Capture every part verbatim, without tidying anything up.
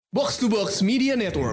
Box to Box Media Network.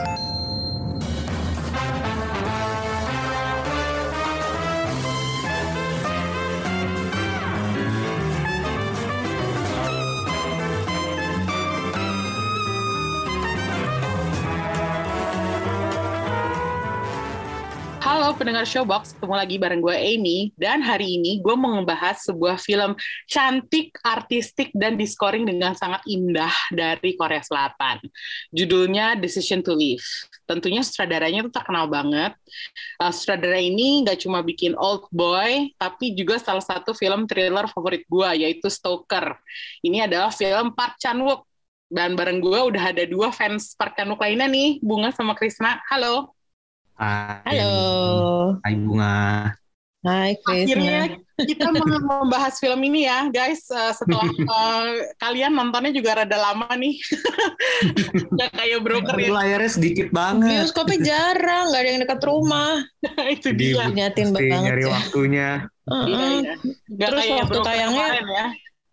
Halo pendengar Showbox, ketemu lagi bareng gue Amy. Dan hari ini gue mau ngebahas sebuah film cantik, artistik, dan diskoring dengan sangat indah dari Korea Selatan. Judulnya Decision to Live. Tentunya sutradaranya tuh terkenal banget. Uh, sutradara ini gak cuma bikin Old Boy, tapi juga salah satu film thriller favorit gue, yaitu Stalker. Ini adalah film Park Chan-wook. Dan bareng gue udah ada dua fans Park Chan-wook lainnya nih, Bunga sama Krisna. Halo. Hai, Halo. Hai Bunga. Hai Chris. Akhirnya kita mau membahas film ini ya, guys. Uh, setelah uh, kalian nontonnya juga rada lama nih, nggak kayak broker ya. Layarnya sedikit banget. Bioskopnya jarang, nggak ada yang dekat rumah. Itu dia. Niatin banget nyari ya. waktunya. Uh-uh. Iya, iya. Nggak Terus kayak waktu broker tayangnya, kemarin ya.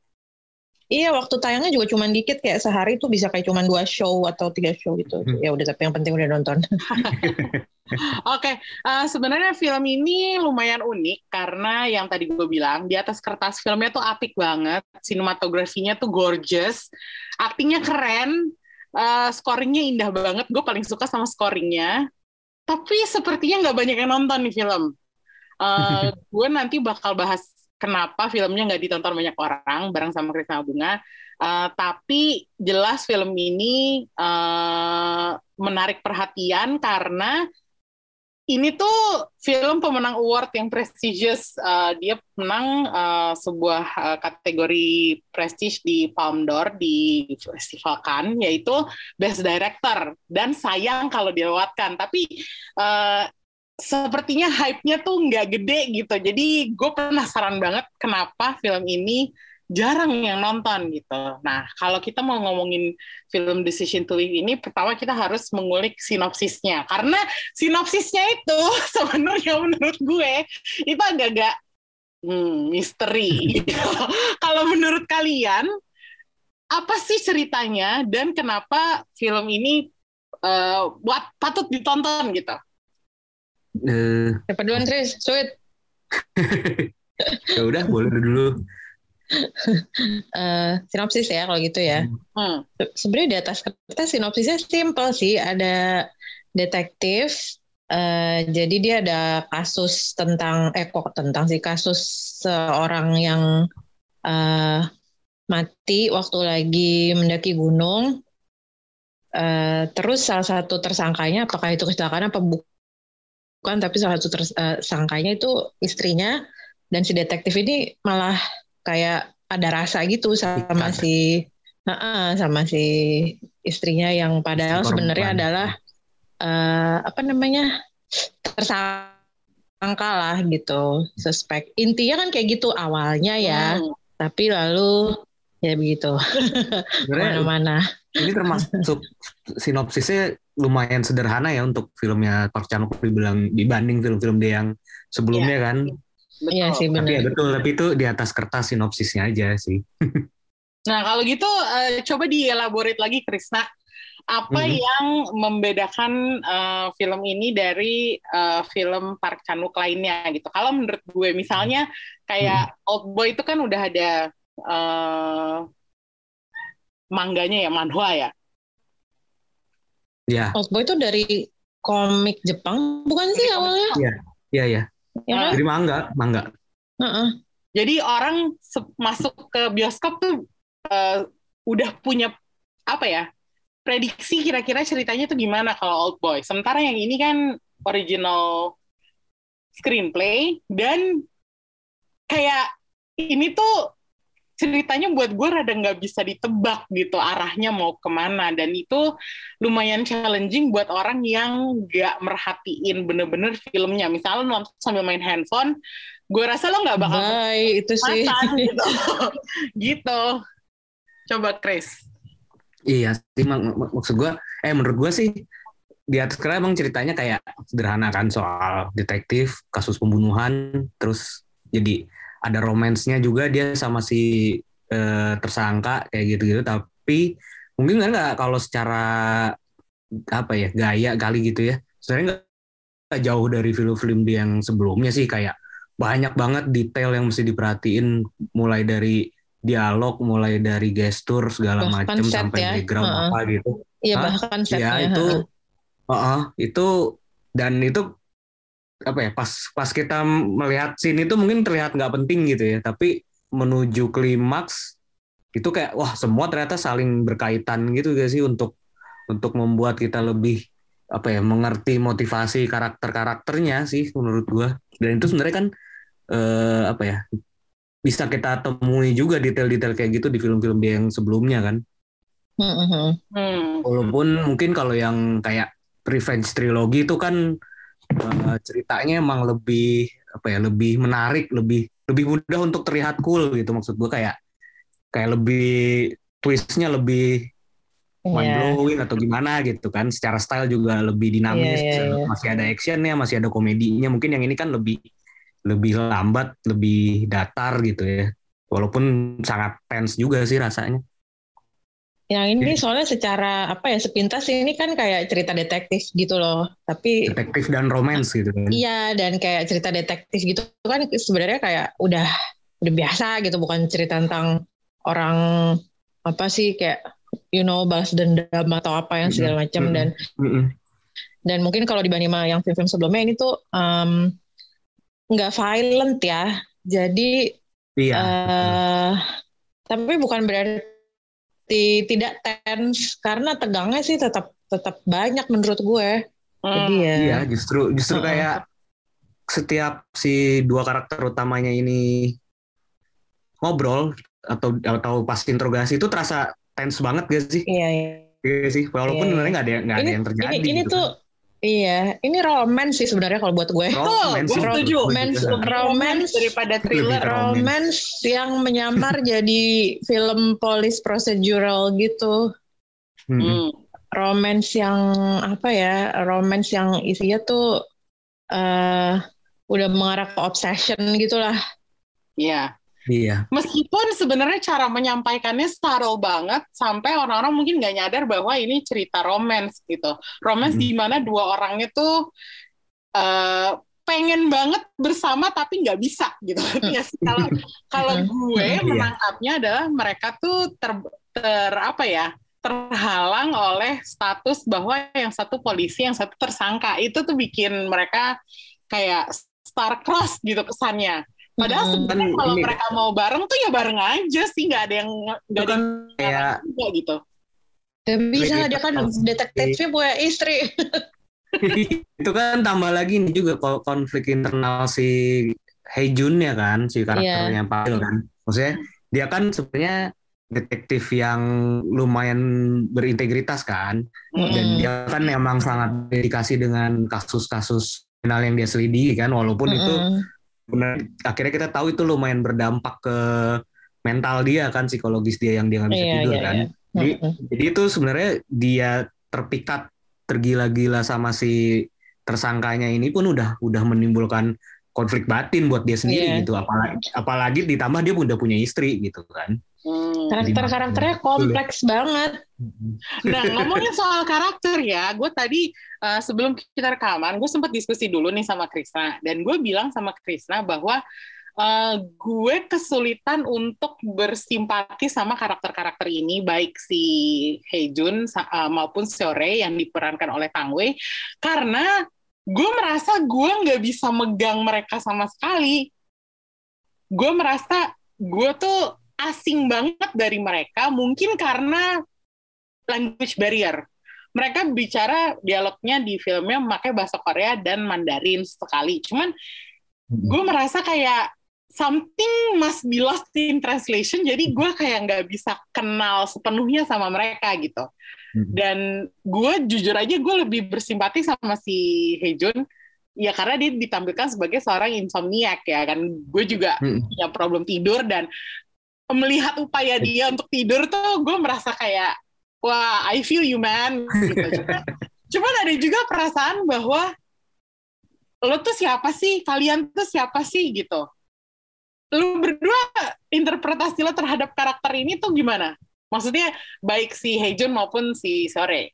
iya waktu tayangnya juga cuma dikit, kayak sehari tuh bisa kayak cuma dua show atau tiga show gitu. Hmm. Ya udah, tapi yang penting udah nonton. Oke, okay. uh, sebenarnya film ini lumayan unik karena yang tadi gue bilang di atas kertas filmnya tuh apik banget, sinematografinya tuh gorgeous, aktingnya keren, uh, scoringnya indah banget. Gue paling suka sama scoringnya. Tapi sepertinya nggak banyak yang nonton nih film. Uh, gue nanti bakal bahas kenapa filmnya nggak ditonton banyak orang bareng sama Krisna Bunga. Uh, tapi jelas film ini uh, menarik perhatian karena ini tuh film pemenang award yang prestigious. Uh, dia menang uh, sebuah uh, kategori prestige di Palme d'Or di Festival Cannes, yaitu Best Director. Dan sayang kalau dilewatkan. Tapi uh, sepertinya hype-nya tuh nggak gede gitu. Jadi gue penasaran banget kenapa film ini jarang yang nonton gitu. Nah, kalau kita mau ngomongin film Decision to Live ini, pertama kita harus mengulik sinopsisnya. Karena sinopsisnya itu sebenarnya menurut gue itu agak-agak hmm, misteri. Gitu. Kalau menurut kalian, apa sih ceritanya dan kenapa film ini uh, buat patut ditonton gitu? Uh, Siapa duluan, Chris? Sweet. Ya udah, boleh dulu. Uh, sinopsis ya kalau gitu ya. Hmm. Sebenarnya di atas kertas sinopsisnya simple sih. Ada detektif, uh, jadi dia ada kasus tentang eh kok tentang sih kasus seorang yang uh, mati waktu lagi mendaki gunung. Uh, terus salah satu tersangkanya, apakah itu kecelakaan apa bukan, tapi salah satu tersangkanya itu istrinya, dan si detektif ini malah kayak ada rasa gitu sama si uh, sama si istrinya yang padahal si sebenarnya adalah uh, apa namanya tersangka lah gitu, suspek. Intinya kan kayak gitu awalnya ya, hmm. tapi lalu ya begitu mana-mana. Ini termasuk sinopsisnya lumayan sederhana ya untuk filmnya Park Chan-wook, dibilang dibanding film-film dia yang sebelumnya ya. Kan. Iya sih benar. Tapi ya betul, tapi itu di atas kertas sinopsisnya aja sih. Nah kalau gitu uh, coba dielaborate lagi Krisna, apa hmm. yang membedakan uh, film ini dari uh, film Park Chan-wook lainnya gitu. Kalau menurut gue misalnya kayak hmm. Old Boy itu kan udah ada uh, mangganya ya, manhwa ya. Ya. Old Boy itu dari komik Jepang bukan sih awalnya? Iya, iya, iya. Ya kan? Jadi manga, manga. Uh-uh. Jadi orang se- masuk ke bioskop tuh uh, udah punya apa ya, prediksi kira-kira ceritanya tuh gimana kalau Old Boy. Sementara yang ini kan original screenplay dan kayak ini tuh ceritanya buat gue rada nggak bisa ditebak gitu arahnya mau kemana, dan itu lumayan challenging buat orang yang nggak merhatiin bener-bener filmnya. Misalnya nonton sambil main handphone, gue rasa lo nggak bakal baik itu sih gitu. Gitu. Coba Chris. Iya sih, mak- mak- maksud gue, eh menurut gue sih di atas kertas emang ceritanya kayak sederhana kan, soal detektif, kasus pembunuhan, terus jadi ada romansnya juga dia sama si eh, tersangka kayak gitu-gitu. Tapi mungkin nggak kalau secara apa ya gaya kali gitu ya, sebenarnya nggak jauh dari film-film dia yang sebelumnya sih, kayak banyak banget detail yang mesti diperhatiin, mulai dari dialog, mulai dari gestur segala macam sampai ya. background uh-uh. apa gitu. Iya bahkan setnya. Ya itu, uh-uh, itu dan itu apa ya, pas pas kita melihat scene itu mungkin terlihat nggak penting gitu ya, tapi menuju klimaks itu kayak wah semua ternyata saling berkaitan gitu gak sih, untuk untuk membuat kita lebih apa ya mengerti motivasi karakter-karakternya sih menurut gua. Dan itu sebenarnya kan eh, apa ya bisa kita temui juga detail-detail kayak gitu di film-film dia yang sebelumnya kan. Mm-hmm. Walaupun mungkin kalau yang kayak Revenge Trilogy itu kan eh, ceritanya emang lebih apa ya lebih menarik, lebih lebih mudah untuk terlihat cool gitu, maksud gua kayak kayak lebih twistnya lebih mind blowing yeah. atau gimana gitu kan, secara style juga lebih dinamis, yeah, yeah, yeah. masih ada actionnya, masih ada komedinya. Mungkin yang ini kan lebih lebih lambat, lebih datar gitu ya, walaupun sangat tense juga sih rasanya. Yang ini soalnya secara apa ya sepintas ini kan kayak cerita detektif gitu loh, tapi detektif dan romance gitu kan. Iya, dan kayak cerita detektif gitu kan sebenarnya kayak udah udah biasa gitu, bukan cerita tentang orang apa sih kayak you know balas dendam atau apa yang segala macam. Dan mm-hmm. dan mungkin kalau dibanding sama yang film-film sebelumnya ini tuh um, nggak violent ya, jadi iya. uh, tapi bukan berarti tidak tense, karena tegangnya sih tetap tetap banyak menurut gue. Hmm. Jadi ya iya justru justru uh-uh. kayak setiap si dua karakter utamanya ini ngobrol atau atau pas interogasi itu terasa tense banget gak sih? Iya, iya. Iya sih, walaupun sebenarnya nggak ada nggak ada yang terjadi. Ini, ini gitu tuh kan. Iya, ini romance sih sebenarnya kalau buat gue. Romance, gue setuju. Romance, romance daripada thriller. Romance yang menyamar jadi film police procedural gitu. Hmm. Romance yang apa ya? Romance yang isinya tuh uh, udah mengarah ke obsession gitulah. Iya. Iya. Meskipun sebenarnya cara menyampaikannya subtle banget sampai orang-orang mungkin nggak nyadar bahwa ini cerita romance gitu. Romance mm-hmm. di mana dua orang itu uh, pengen banget bersama tapi nggak bisa gitu. Ya kalau kalau gue menangkapnya adalah mereka tuh ter, ter apa ya terhalang oleh status bahwa yang satu polisi, yang satu tersangka. Itu tuh bikin mereka kayak star-crossed gitu kesannya. Padahal sebenarnya kalau ini, mereka mau bareng tuh ya bareng aja sih, nggak ada yang nggak ada kan kayak juga gitu. Gak bisa, dia kan detektifnya punya istri. Itu kan tambah lagi nih juga konflik internal si Hae-jun ya kan, si karakternya yeah. Pail kan. Maksudnya dia kan sebenarnya detektif yang lumayan berintegritas kan, mm. dan dia kan memang sangat dedikasi dengan kasus-kasus kriminal yang dia selidiki kan, walaupun mm. itu benar akhirnya kita tahu itu lumayan berdampak ke mental dia kan, psikologis dia yang dia nggak bisa yeah, tidur yeah, kan. Yeah. Jadi, mm-hmm. jadi itu sebenarnya dia terpikat tergila-gila sama si tersangkanya ini pun udah udah menimbulkan konflik batin buat dia sendiri yeah. gitu. Apalagi apalagi ditambah dia udah punya istri gitu kan. Hmm. Karakter-karakternya kompleks ya. banget. Nah, ngomongin soal karakter ya, gue tadi uh, sebelum kita rekaman, gue sempat diskusi dulu nih sama Krisna, dan gue bilang sama Krisna bahwa uh, gue kesulitan untuk bersimpati sama karakter-karakter ini, baik si Hae-jun uh, maupun Seore yang diperankan oleh Tang Wei, karena gue merasa gue nggak bisa megang mereka sama sekali. Gue merasa gue tuh asing banget dari mereka, mungkin karena language barrier. Mereka bicara dialognya di filmnya memakai bahasa Korea dan Mandarin sekali. Cuman gue merasa kayak something must be lost in translation, jadi gue kayak nggak bisa kenal sepenuhnya sama mereka gitu. Dan gue jujur aja gue lebih bersimpati sama si Hae-jun, ya karena dia ditampilkan sebagai seorang insomniac ya kan. Gue juga punya problem tidur, dan melihat upaya dia untuk tidur tuh gue merasa kayak wah I feel you man gitu. Cuman, cuman ada juga perasaan bahwa lo tuh siapa sih, kalian tuh siapa sih gitu. Lo berdua interpretasi lo terhadap karakter ini tuh gimana? Maksudnya baik si Haejun maupun si Sore.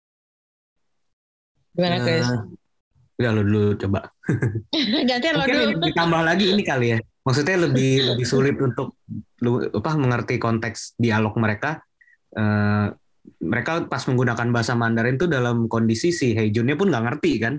Gimana Chris? Uh, udah lo dulu coba. Gantian lo Mungkin dulu. ditambah lagi ini kali ya. Maksudnya lebih lebih sulit untuk lu apa mengerti konteks dialog mereka. Uh, mereka pas menggunakan bahasa Mandarin tuh dalam kondisi si Haejunnya pun nggak ngerti kan.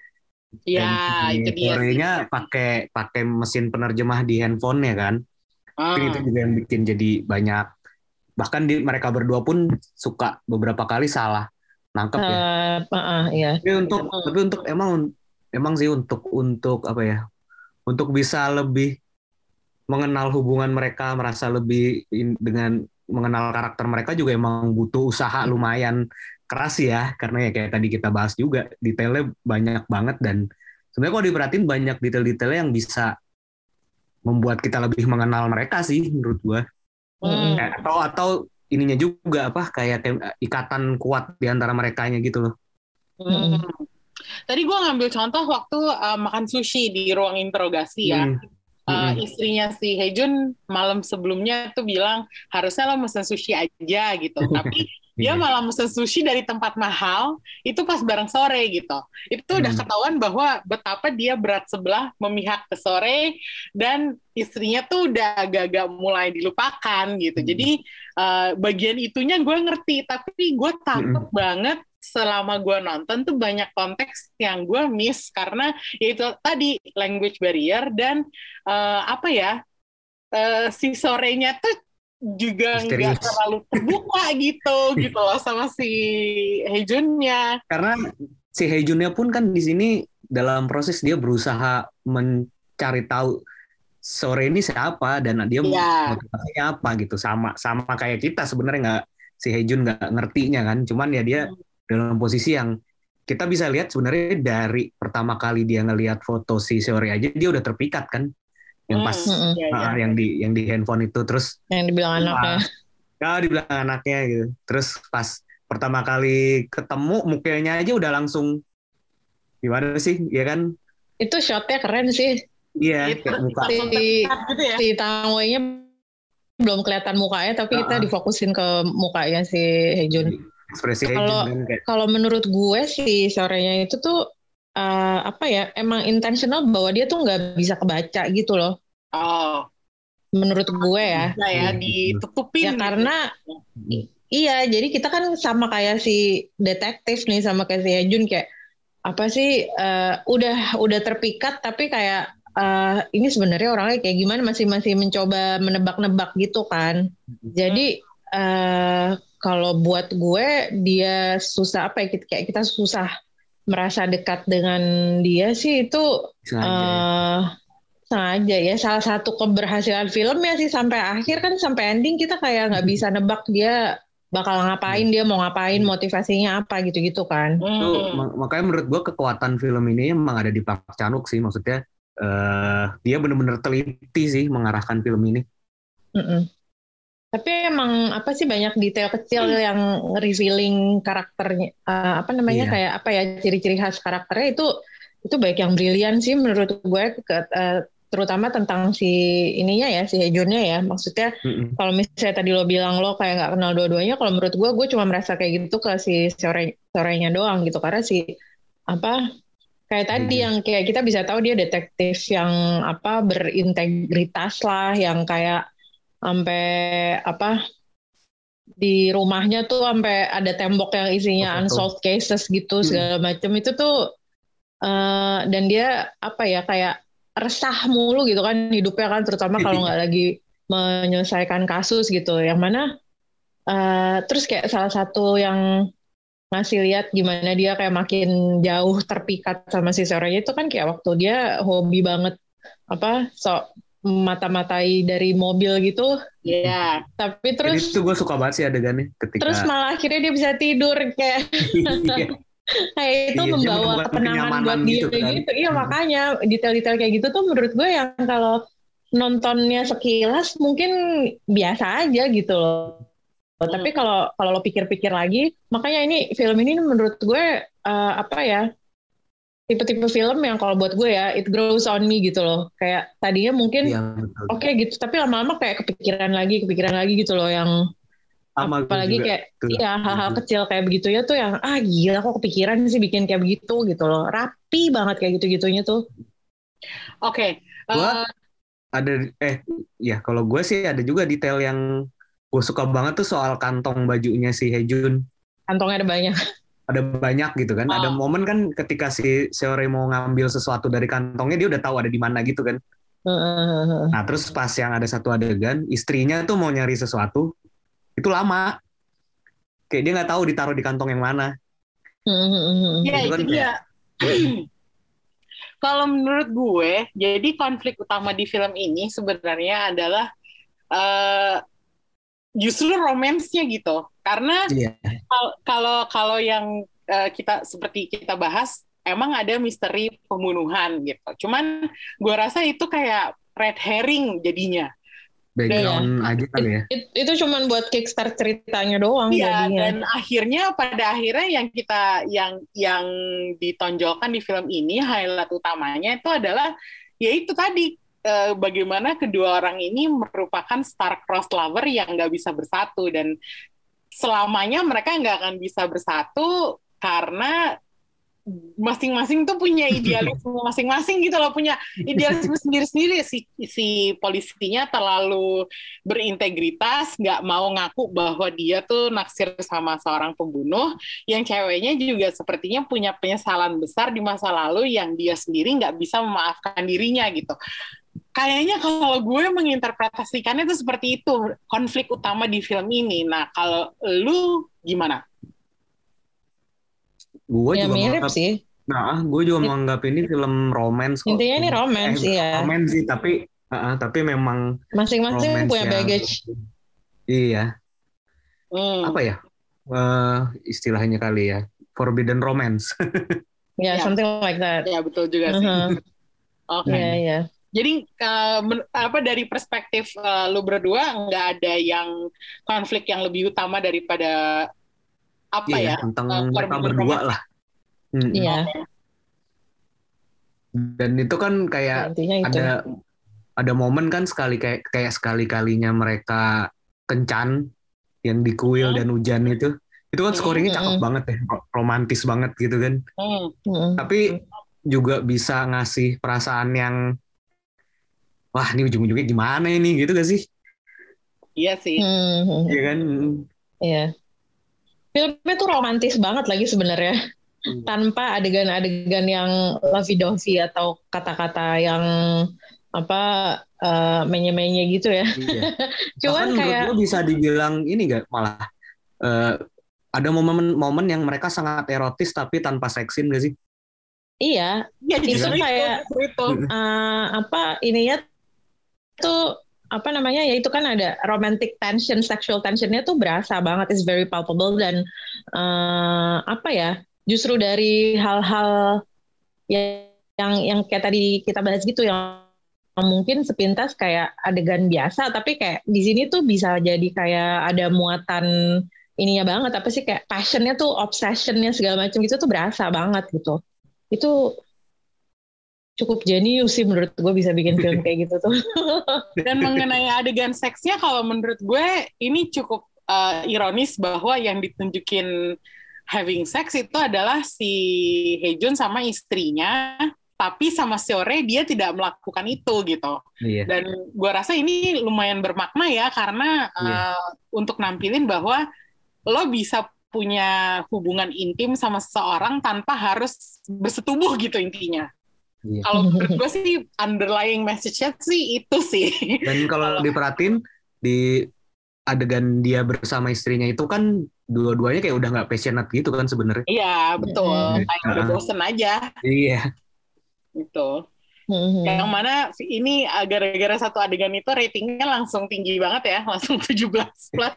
Ya, itu dia sih. Sorenya pakai pakai mesin penerjemah di handphonenya kan. Ah. Itu juga yang bikin jadi banyak. Bahkan di, mereka berdua pun suka beberapa kali salah nangkep ya. Uh, uh, iya. Tapi untuk tapi untuk emang emang sih untuk untuk apa ya? Untuk bisa lebih mengenal hubungan mereka, merasa lebih in, dengan mengenal karakter mereka juga emang butuh usaha lumayan keras ya, karena ya kayak tadi kita bahas juga detailnya banyak banget dan sebenarnya kalau diperhatiin banyak detail-detailnya yang bisa membuat kita lebih mengenal mereka sih menurut gua. Hmm. Atau atau ininya juga apa kayak ikatan kuat di antara merekanya gitu loh. Hmm. Tadi gua ngambil contoh waktu uh, makan sushi di ruang interogasi ya. Hmm. Uh, istrinya si Haejun malam sebelumnya tuh bilang harusnya lo mesen sushi aja gitu, tapi dia malah mesen sushi dari tempat mahal itu pas bareng Sore gitu. Itu udah ketahuan bahwa betapa dia berat sebelah memihak ke Sore dan istrinya tuh udah agak-agak mulai dilupakan gitu. Jadi uh, bagian itunya gue ngerti, tapi gue takut banget selama gue nonton tuh banyak konteks yang gue miss karena yaitu tadi language barrier dan uh, apa ya uh, si Sorenya tuh juga nggak terlalu terbuka gitu gitu loh sama si Haejunnya. Karena si Haejunnya pun kan di sini dalam proses dia berusaha mencari tahu Sore ini siapa dan dia yeah. motivasinya apa gitu, sama sama kayak kita sebenarnya nggak si Haejun nggak ngertinya kan, cuman ya dia hmm. dalam posisi yang kita bisa lihat sebenarnya dari pertama kali dia ngelihat foto si Sore aja dia udah terpikat kan, yang pas hmm, ya, nah, ya. yang di yang di handphone itu, terus yang dibilang anaknya ya dibilang anaknya gitu, terus pas pertama kali ketemu mukanya aja udah langsung gimana sih ya kan, itu shotnya keren sih. Iya, itu, muka si, gitu ya? si Tangwei-nya belum kelihatan mukanya tapi uh-uh. kita difokusin ke mukanya si Haejun. Ekspresi kalau kan kayak... kalau menurut gue si Sorenya itu tuh uh, apa ya emang intentional bahwa dia tuh nggak bisa kebaca gitu loh. Oh, menurut gue ya. Bisa ya ditutupin. Ya karena gitu. Iya, jadi kita kan sama kayak si detektif nih sama kayak si Haejun kayak apa sih uh, udah udah terpikat tapi kayak uh, ini sebenarnya orangnya kayak gimana masih masih mencoba menebak-nebak gitu kan. Jadi uh, kalau buat gue dia susah apa ya kayak kita susah merasa dekat dengan dia sih itu sengaja, uh, sengaja ya salah satu keberhasilan filmnya sih sampai akhir kan sampai ending kita kayak nggak bisa nebak dia bakal ngapain, dia mau ngapain, motivasinya apa gitu-gitu kan. Itu makanya menurut gue kekuatan film ini emang ada di Park Chan-wook sih, maksudnya uh, dia benar-benar teliti sih mengarahkan film ini. Mm-mm. Tapi emang apa sih banyak detail kecil hmm. yang revealing karakternya, uh, apa namanya yeah. kayak apa ya ciri-ciri khas karakternya itu itu baik yang brilian sih menurut gue, ke, uh, terutama tentang si ininya ya si Haejunnya ya, maksudnya mm-hmm. kalau misalnya tadi lo bilang lo kayak nggak kenal dua-duanya, kalau menurut gue gue cuma merasa kayak gitu ke si Sore Sorenya doang gitu, karena si apa kayak tadi mm-hmm. yang kayak kita bisa tahu dia detektif yang apa berintegritas lah, yang kayak sampai apa di rumahnya tuh sampai ada tembok yang isinya oh, unsolved cases gitu hmm. segala macam itu tuh uh, dan dia apa ya kayak resah mulu gitu kan hidupnya kan, terutama kalau nggak lagi menyelesaikan kasus gitu, yang mana uh, terus kayak salah satu yang ngasih lihat gimana dia kayak makin jauh terpikat sama si Sorenya itu kan kayak waktu dia hobi banget apa sok mata-matai dari mobil gitu. Iya. Yeah. Tapi terus jadi itu gue suka banget sih adegannya ketika terus malah akhirnya dia bisa tidur kayak kayak itu iya, membawa ketenangan buat dia gitu, kan? Gitu. Iya hmm. makanya detail-detail kayak gitu tuh menurut gue yang kalau nontonnya sekilas mungkin biasa aja gitu loh. Hmm. Tapi kalau kalau lo pikir-pikir lagi, makanya ini film ini menurut gue uh, apa ya? Tipe-tipe film yang kalau buat gue ya it grows on me gitu loh, kayak tadinya mungkin ya, oke okay, gitu tapi lama-lama kayak kepikiran lagi kepikiran lagi gitu loh, yang Sama apalagi juga. kayak Tuh. iya hal-hal kecil kayak begitu ya tuh yang ah gila kok kepikiran sih bikin kayak begitu gitu loh, rapi banget kayak gitu-gitunya tuh. Oke, okay. Gue uh, ada eh ya kalau gue sih ada juga detail yang gue suka banget tuh soal kantong bajunya si Hejun. Kantongnya ada banyak. Ada banyak gitu kan. Oh. Ada momen kan ketika si Seore mau ngambil sesuatu dari kantongnya dia udah tahu ada di mana gitu kan. Uh. Nah terus pas yang ada satu adegan istrinya tuh mau nyari sesuatu itu lama. Kayak dia nggak tahu ditaruh di kantong yang mana. Iya itu, kan itu dia. Kalau menurut gue, jadi konflik utama di film ini sebenarnya adalah uh, justru romansnya gitu. Karena yeah. kalau kalau yang uh, kita seperti kita bahas, emang ada misteri pembunuhan gitu. Cuman gue rasa itu kayak red herring jadinya. Background dan, aja kali ya. It, it, itu cuma buat kickstart ceritanya doang. Iya, jadinya. Dan akhirnya pada akhirnya yang kita yang yang ditonjolkan di film ini highlight utamanya itu adalah yaitu tadi eh, bagaimana kedua orang ini merupakan star-crossed lover yang nggak bisa bersatu dan selamanya mereka nggak akan bisa bersatu karena masing-masing tuh punya idealisme masing-masing gitu loh, punya idealisme sendiri-sendiri. Si, si polisinya terlalu berintegritas, nggak mau ngaku bahwa dia tuh naksir sama seorang pembunuh. Yang ceweknya juga sepertinya punya penyesalan besar di masa lalu yang dia sendiri nggak bisa memaafkan dirinya gitu. Kayaknya kalau gue menginterpretasikannya itu seperti itu konflik utama di film ini. Nah kalau lu gimana? Gue ya, juga mirip menganggap, sih. Nah, gue juga It, menganggap ini film romance. Intinya ini romance, eh, iya. Romance sih, tapi uh, tapi memang masing-masing punya yang, baggage. Iya. Hmm. Apa ya uh, istilahnya kali ya? Forbidden romance. Ya, yeah, something like that. Ya betul juga sih. Uh-huh. Oke. Okay. Yeah, yeah. Jadi uh, men- apa dari perspektif uh, lu berdua nggak ada yang konflik yang lebih utama daripada apa iya, ya tentang uh, mereka berdua lah. Hmm. Iya. Dan itu kan kayak ya, itu. ada ada momen kan sekali kayak kayak sekali kalinya mereka kencan yang di kuil hmm. dan hujan itu itu kan scoringnya cakep hmm. banget ya, romantis banget gitu kan. Hmm. Tapi juga bisa ngasih perasaan yang wah ini ujung-ujungnya gimana ini gitu gak sih? Iya sih. Hmm. Iya kan? Iya. Filmnya tuh romantis banget lagi sebenarnya, hmm. tanpa adegan-adegan yang lovey-dovey atau kata-kata yang apa uh, menye-menye gitu ya. Iya. Cuman bahkan kayak menurut gue bisa dibilang ini gak malah uh, ada momen-momen yang mereka sangat erotis tapi tanpa seksin gak sih? Iya, ya, itu kayak uh, apa ininya tuh. Apa namanya ya itu kan ada romantic tension, sexual tensionnya tuh berasa banget, is very palpable dan uh, apa ya justru dari hal-hal yang yang kayak tadi kita bahas gitu yang mungkin sepintas kayak adegan biasa tapi kayak di sini tuh bisa jadi kayak ada muatan ininya banget apa sih kayak passionnya tuh obsessionnya segala macam gitu tuh berasa banget gitu. Itu cukup jenius sih menurut gue bisa bikin film kayak gitu tuh. Dan mengenai adegan seksnya kalau menurut gue ini cukup uh, ironis bahwa yang ditunjukin having sex itu adalah si Hejun sama istrinya, tapi sama Seore dia tidak melakukan itu gitu. Iya. Dan gue rasa ini lumayan bermakna ya karena uh, iya. untuk nampilin bahwa lo bisa punya hubungan intim sama seseorang tanpa harus bersetubuh gitu intinya. Iya. Kalau menurut gue sih underlying message-nya sih itu sih. Dan kalau diperhatiin di adegan dia bersama istrinya itu kan dua-duanya kayak udah nggak passionate gitu kan sebenarnya. Iya betul, iya. kayak udah bosen aja. Iya. Gitu. Yang mana ini gara-gara satu adegan itu ratingnya langsung tinggi banget ya, langsung tujuh belas plus.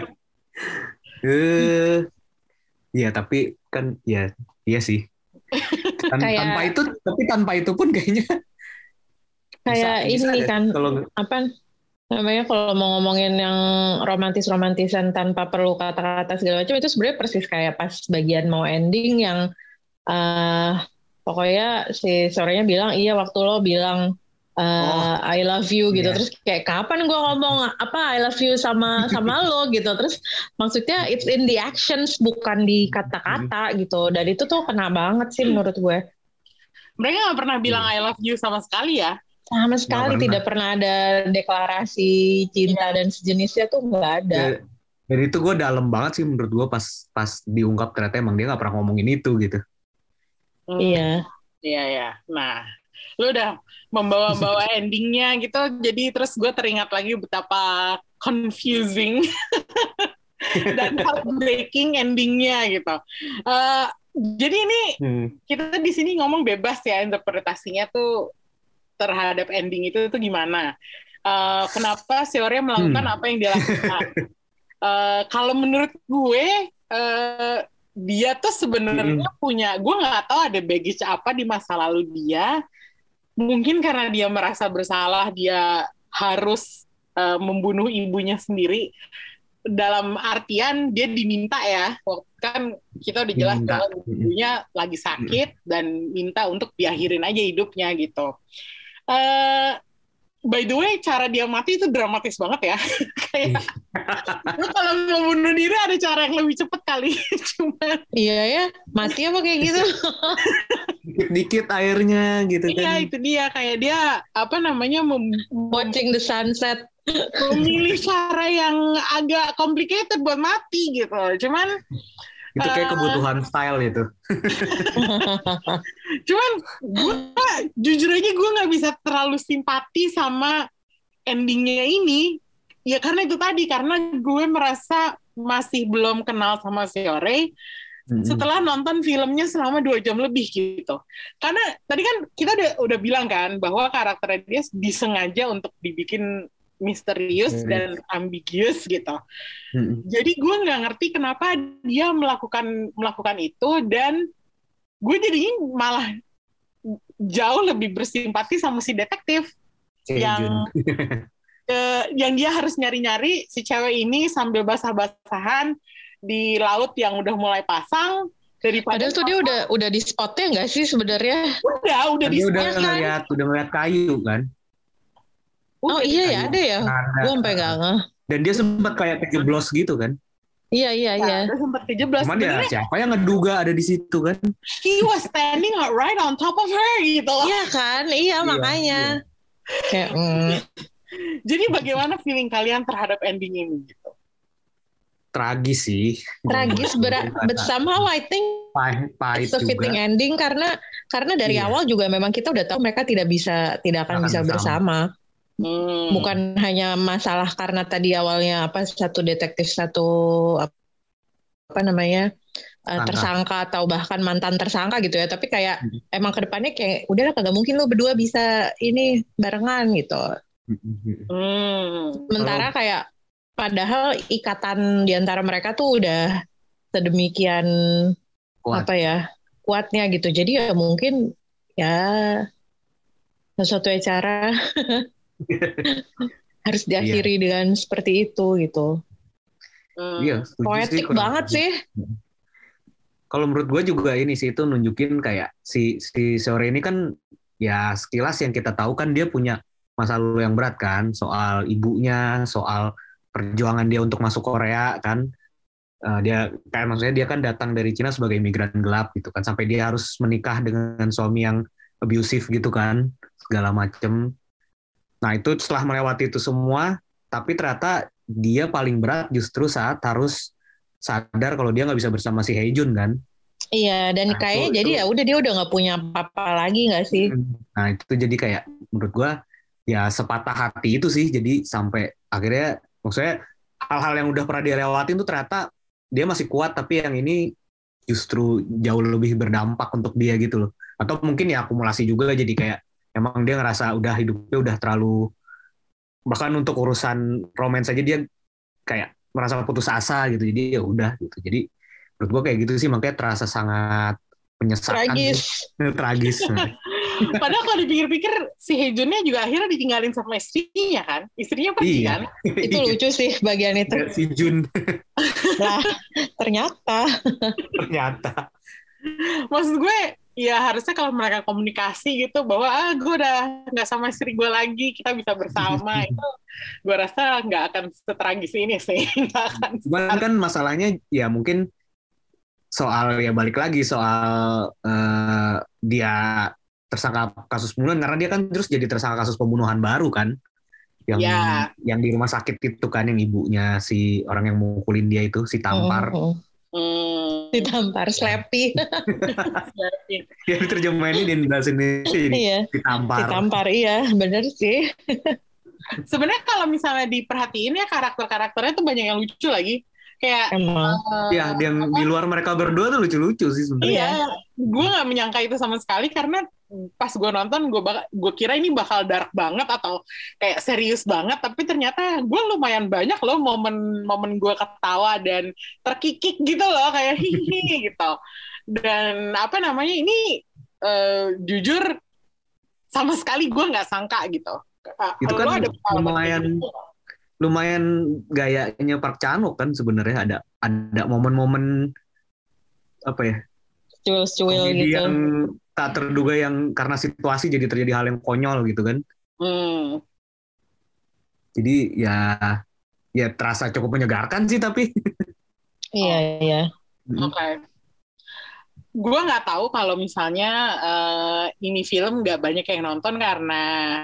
Eh, iya tapi kan ya iya sih. Tan- kayak, tanpa itu tapi tanpa itu pun kayaknya kayak bisa, ini bisa kan kalau apa namanya kalau mau ngomongin yang romantis-romantisan tanpa perlu kata-kata segala macam itu sebenarnya persis kayak pas bagian mau ending yang uh, pokoknya si sorenya bilang iya waktu lo bilang Uh, oh, I love you gitu, yeah. Terus kayak kapan gue ngomong apa I love you sama sama lo gitu, terus maksudnya it's in the actions bukan di kata-kata gitu, dan itu tuh kena banget sih menurut gue. Mereka nggak pernah bilang I love you sama sekali ya? Sama sekali, pernah. Tidak pernah ada deklarasi cinta yeah. dan sejenisnya tuh nggak ada. Yeah. Dan itu gue dalam banget sih menurut gue pas pas diungkap ternyata emang dia nggak pernah ngomongin itu gitu. Hmm. Iya. Iya ya. Nah. Lu udah membawa-bawa endingnya gitu, jadi terus gue teringat lagi betapa confusing dan heartbreaking endingnya gitu. Uh, jadi ini hmm. kita di sini ngomong bebas ya, interpretasinya tuh terhadap ending itu tuh gimana. Uh, kenapa Seore melakukan hmm. apa yang dia lakukan? uh, kalau menurut gue, uh, dia tuh sebenarnya hmm. punya, gue nggak tahu ada baggage apa di masa lalu dia. Mungkin karena dia merasa bersalah, dia harus uh, membunuh ibunya sendiri. Dalam artian dia diminta ya, kan kita udah jelas bahwa ibunya lagi sakit dan minta untuk diakhirin aja hidupnya gitu. Uh, by the way, cara dia mati itu dramatis banget ya. Kayak, lu kalau mau bunuh diri ada cara yang lebih cepet kali. Cuma iya ya, mati apa kayak gitu. Dikit-dikit airnya gitu kan. Iya, itu dia. Kayak dia, apa namanya, mem- watching the sunset. Memilih cara yang agak complicated buat mati gitu. Cuman itu kayak uh, kebutuhan style itu. Cuman gue jujur aja gue nggak bisa terlalu simpati sama endingnya ini. Ya karena itu tadi, karena gue merasa masih belum kenal sama Seore mm-hmm. setelah nonton filmnya selama dua jam lebih gitu. Karena tadi kan kita udah udah bilang kan bahwa karakternya dia disengaja untuk dibikin misterius mm-hmm. dan ambiguous gitu. Mm-hmm. Jadi gue nggak ngerti kenapa dia melakukan melakukan itu, dan gue jadinya malah jauh lebih bersimpati sama si detektif Sejun. yang uh, yang dia harus nyari-nyari si cewek ini sambil basah-basahan di laut yang udah mulai pasang. Daripada padahal tuh dia udah udah di spotnya nggak sih sebenarnya? Udah, udah di spotnya udah ngeliat, kan? Udah ngeliat kayu kan? Oh iya ya, ada ya. Gue sampai nggak ngeh. Dan dia sempat kayak kejeblos gitu kan? Iya iya iya. Dia sempat kejeblos. Cuman ya siapa yang ngeduga ada di situ kan? He was standing right on top of her gitu loh. Iya kan, iya makanya. Iya. Kayak. Mm. Jadi bagaimana feeling kalian terhadap ending ini gitu? Tragis sih. Tragis berat, but somehow I think pahit, pahit it's a fitting juga. Ending karena karena dari iya. awal juga memang kita udah tahu mereka tidak bisa tidak akan, akan bisa bersama. bersama. Hmm. Bukan hanya masalah karena tadi awalnya apa satu detektif satu apa namanya uh, tersangka atau bahkan mantan tersangka gitu ya, tapi kayak hmm. emang kedepannya kayak udahlah kagak mungkin lo berdua bisa ini barengan gitu. Hmm. Sementara kayak padahal ikatan diantara mereka tuh udah sedemikian kuat. Apa ya kuatnya gitu, jadi ya mungkin ya sesuatu cara harus diakhiri yeah. dengan seperti itu gitu. Iya, hmm. poetik banget sih. Kalau menurut gue juga ini sih itu nunjukin kayak si si Seore ini kan ya sekilas yang kita tahu kan dia punya masa lalu yang berat kan, soal ibunya, soal perjuangan dia untuk masuk Korea kan. Uh, dia kayak maksudnya dia kan datang dari Cina sebagai imigran gelap gitu kan, sampai dia harus menikah dengan suami yang abusive gitu kan, segala macem. Nah itu setelah melewati itu semua, tapi ternyata dia paling berat justru saat harus sadar kalau dia nggak bisa bersama si Haejun kan. Iya, dan nah, kayaknya itu, jadi itu, ya udah dia udah nggak punya apa-apa lagi nggak sih? Nah itu jadi kayak menurut gue ya sepatah hati itu sih, jadi sampai akhirnya maksudnya hal-hal yang udah pernah dia lewatin tuh ternyata dia masih kuat, tapi yang ini justru jauh lebih berdampak untuk dia gitu loh. Atau mungkin ya akumulasi juga, jadi kayak emang dia ngerasa udah hidupnya udah terlalu, bahkan untuk urusan romance aja dia kayak merasa putus asa gitu, jadi ya udah gitu. Jadi menurut gue kayak gitu sih, makanya terasa sangat menyesalkan. Tragis. Tragis. Padahal kalau dipikir-pikir si Haejunnya juga akhirnya ditinggalin sama istrinya kan, istrinya pergi iya. kan. Itu lucu sih bagian itu. Si Jun. Lah ternyata. Ternyata. Maksud gue ya harusnya kalau mereka komunikasi gitu bahwa ah gue udah nggak sama istri gue lagi, kita bisa bersama itu, gue rasa nggak akan setragis ini sih. Nggak akan. Cuman kan masalahnya ya mungkin soal ya balik lagi soal uh, dia tersangka kasus pembunuhan karena dia kan terus jadi tersangka kasus pembunuhan baru kan, yang ya. yang di rumah sakit itu kan, yang ibunya si orang yang mukulin dia itu si Tampar. Hmm. Hmm. Ditampar, Slappy. Ya diterjemahin di bahasa Indonesia ini. Iya. Ditampar. Ditampar, iya, bener sih. Sebenarnya kalau misalnya diperhatiin ya karakter-karakternya tuh banyak yang lucu lagi. Kayak emang. Uh, ya, yang di luar mereka berdua tuh lucu-lucu sih sebenarnya. Iya, gue nggak menyangka itu sama sekali karena pas gue nonton gue bak- gue kira ini bakal dark banget atau kayak serius banget, tapi ternyata gue lumayan banyak loh momen-momen gue ketawa dan terkikik gitu loh, kayak hihi gitu. Dan apa namanya ini uh, jujur sama sekali gue nggak sangka gitu. Itu kan ada lumayan gitu? lumayan gayanya Park Chan-wook kan sebenarnya, ada ada momen-momen apa ya? Cuil-cuil gitu. Yang tak terduga yang karena situasi jadi terjadi hal yang konyol gitu kan. Hmm. Jadi ya ya terasa cukup menyegarkan sih tapi. Iya, iya. Oke. Okay. Gue nggak tahu kalau misalnya uh, ini film nggak banyak yang nonton karena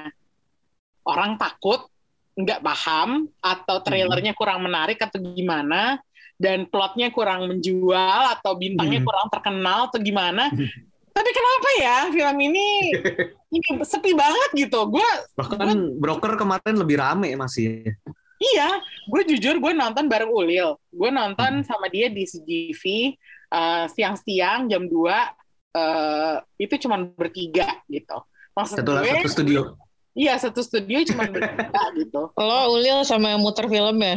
orang takut, nggak paham, atau trailernya kurang menarik atau gimana, dan plotnya kurang menjual atau bintangnya kurang terkenal atau gimana. Tapi kenapa ya film ini ini sepi banget gitu? Gue bahkan gua, Broker kemarin lebih rame masih. Iya, gue jujur gue nonton bareng Ulil. Gue nonton sama dia di C G V uh, siang-siang jam dua, uh, itu cuma bertiga gitu. Maksud satu, gue, satu studio. Iya, satu studio cuma bertiga gitu. Lo Ulil sama yang muter film ya?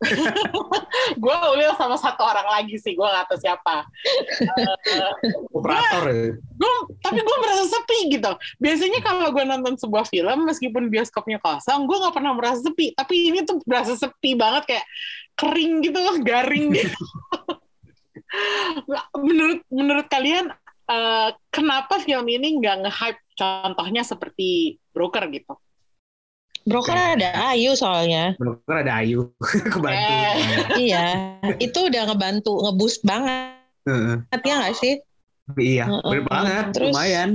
Gue Ulil sama satu orang lagi sih, gue nggak tahu siapa. Uh, Operator ya. Gue, tapi gue merasa sepi gitu. Biasanya kalau gue nonton sebuah film, meskipun bioskopnya kosong, gue nggak pernah merasa sepi. Tapi ini tuh berasa sepi banget, kayak kering gitu, garing gitu. menurut menurut kalian, uh, kenapa film ini nggak nge-hype contohnya seperti Broker gitu? Broker ada Ayu soalnya. Broker ada Ayu, kebantu. Eh. Iya, itu udah ngebantu, ngeboost banget. Uh-uh. Ya nggak sih? Iya, uh-uh. bener banget, terus, lumayan.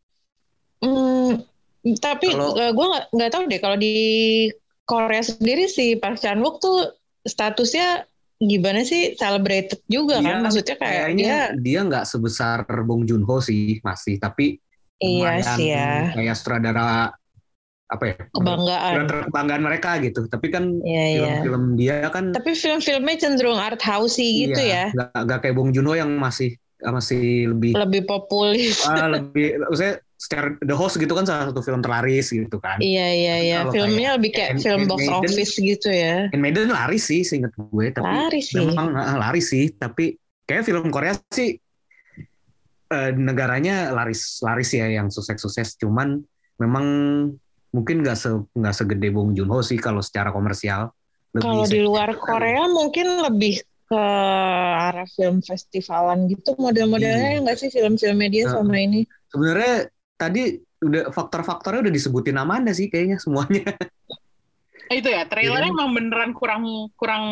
Hmm, tapi kalo, uh, gue nggak nggak tahu deh kalau di Korea sendiri si Park Chan-wook tuh statusnya gimana sih, celebrated juga dia, kan? Maksudnya kayak dia dia nggak sebesar Bong Joon-ho sih masih, tapi iya sih ya. Kayak sutradara apa ya, kebanggaan kebanggaan mereka gitu. Tapi kan iya, film-film iya. dia kan, tapi film-filmnya cenderung art housey gitu iya, ya, nggak nggak kayak Bong Joon-ho yang masih masih lebih lebih populis. uh, lebih maksudnya secara The Host gitu kan salah satu film terlaris gitu kan. Iya iya iya. Filmnya kayak, lebih kayak film box Maiden, office gitu ya. Maiden laris sih seinget gue, tapi laris sih. memang uh, laris sih, tapi kayak film Korea sih uh, negaranya laris laris ya yang sukses-sukses, cuman memang mungkin nggak se nggak segede Bong Joon-ho sih kalau secara komersial. Kalau di luar Korea mungkin lebih ke arah film festivalan gitu model-modelnya, nggak sih film-filmnya dia nah, sama ini. Sebenarnya tadi udah faktor-faktornya udah disebutin Amanda sih kayaknya semuanya. Itu ya, trailernya yeah. emang beneran kurang kurang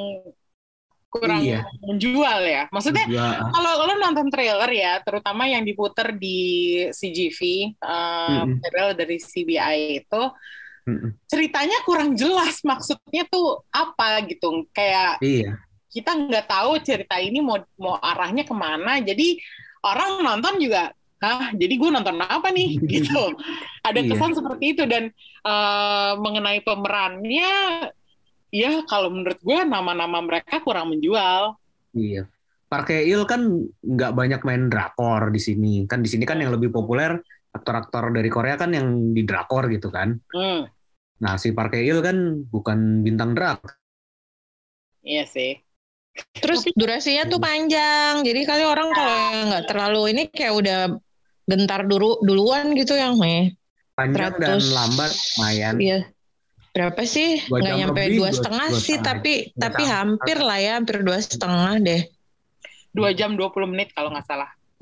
kurang iya. menjual ya. Maksudnya kalau lo nonton trailer ya, terutama yang diputer di C G V, uh, mm-hmm. trailer dari C B I itu, mm-hmm. ceritanya kurang jelas maksudnya tuh apa gitu. Kayak iya. kita nggak tahu cerita ini mau mau arahnya kemana. Jadi orang nonton juga, hah, jadi gue nonton apa nih gitu. Ada kesan iya. seperti itu. Dan uh, mengenai pemerannya, ya kalau menurut gue nama-nama mereka kurang menjual. Iya. Park Hae-il kan nggak banyak main drakor di sini. Kan di sini kan yang lebih populer aktor-aktor dari Korea kan yang di drakor gitu kan. Hmm. Nah si Park Hae-il kan bukan bintang drakor. Iya sih. Terus durasinya tuh panjang. Jadi kali orang kalau nggak terlalu ini kayak udah gentar dulu duluan gitu yang nih. Panjang seratus dan lambat lumayan. Iya. Berapa sih? Nggak nyampe dua setengah sih, tapi tapi hampir lah ya, hampir dua setengah deh. Dua jam dua puluh menit kalau nggak salah.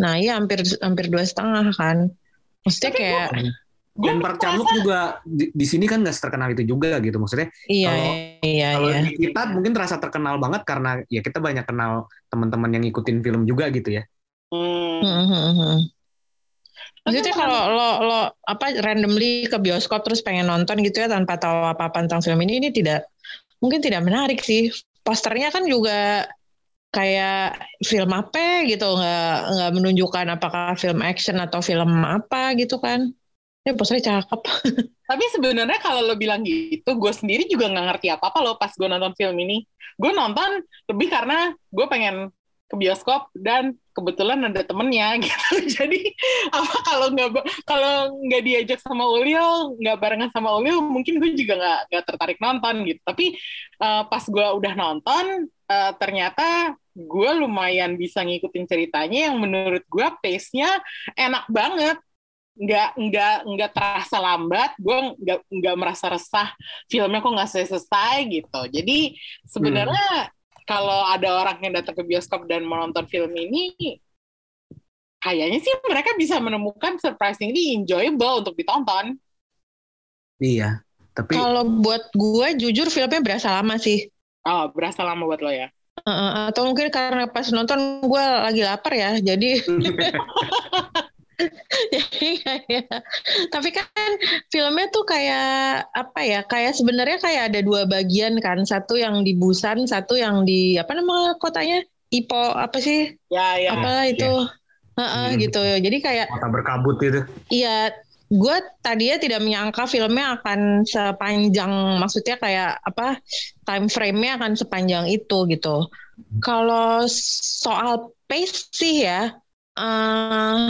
Nah iya hampir hampir dua setengah kan. Maksudnya Tapi kayak gue Dan Park Chan Wook juga di, di sini kan nggak terkenal itu juga gitu maksudnya. iya Kalau iya kalau iya. di kita mungkin terasa terkenal banget karena ya kita banyak kenal teman-teman yang ngikutin film juga gitu ya. Hmm. Hmm, hmm, hmm. Tapi Maksudnya emang- kalau lo lo apa randomly ke bioskop terus pengen nonton gitu ya tanpa tahu apa-apa tentang film ini, ini tidak mungkin tidak menarik sih. Posternya kan juga kayak film apa gitu, nggak nggak menunjukkan apakah film action atau film apa gitu kan. Ya posternya cakep. Tapi sebenarnya kalau lo bilang gitu, gue sendiri juga nggak ngerti apa-apa lo pas gue nonton film ini. Gue nonton lebih karena gue pengen ke bioskop dan kebetulan ada temennya gitu. Jadi apa kalau nggak kalau nggak diajak sama Ulil, nggak barengan sama Ulil, mungkin gue juga nggak nggak tertarik nonton gitu. Tapi uh, pas gue udah nonton, uh, ternyata gue lumayan bisa ngikutin ceritanya yang menurut gue pace-nya enak banget. nggak nggak nggak terasa lambat, gue nggak nggak merasa resah filmnya kok nggak selesai gitu. Jadi sebenarnya hmm. kalau ada orang yang datang ke bioskop dan menonton film ini, kayaknya sih mereka bisa menemukan surprisingly enjoyable untuk ditonton. Iya, tapi kalau buat gue jujur filmnya berasa lama sih. Oh, berasa lama buat lo ya? Uh, atau mungkin karena pas nonton gue lagi lapar ya, jadi ya, tapi kan filmnya tuh kayak apa ya? Kayak sebenarnya kayak ada dua bagian kan, satu yang di Busan, satu yang di apa nama kotanya? Ipo apa sih? Ya ya. Apa itu? Ya. Uh-uh, hmm. gitu. Jadi kayak kota berkabut itu. Iya, gue tadinya tidak menyangka filmnya akan sepanjang, maksudnya kayak apa? Time frame-nya akan sepanjang itu gitu. Kalau soal pace sih ya. Uh,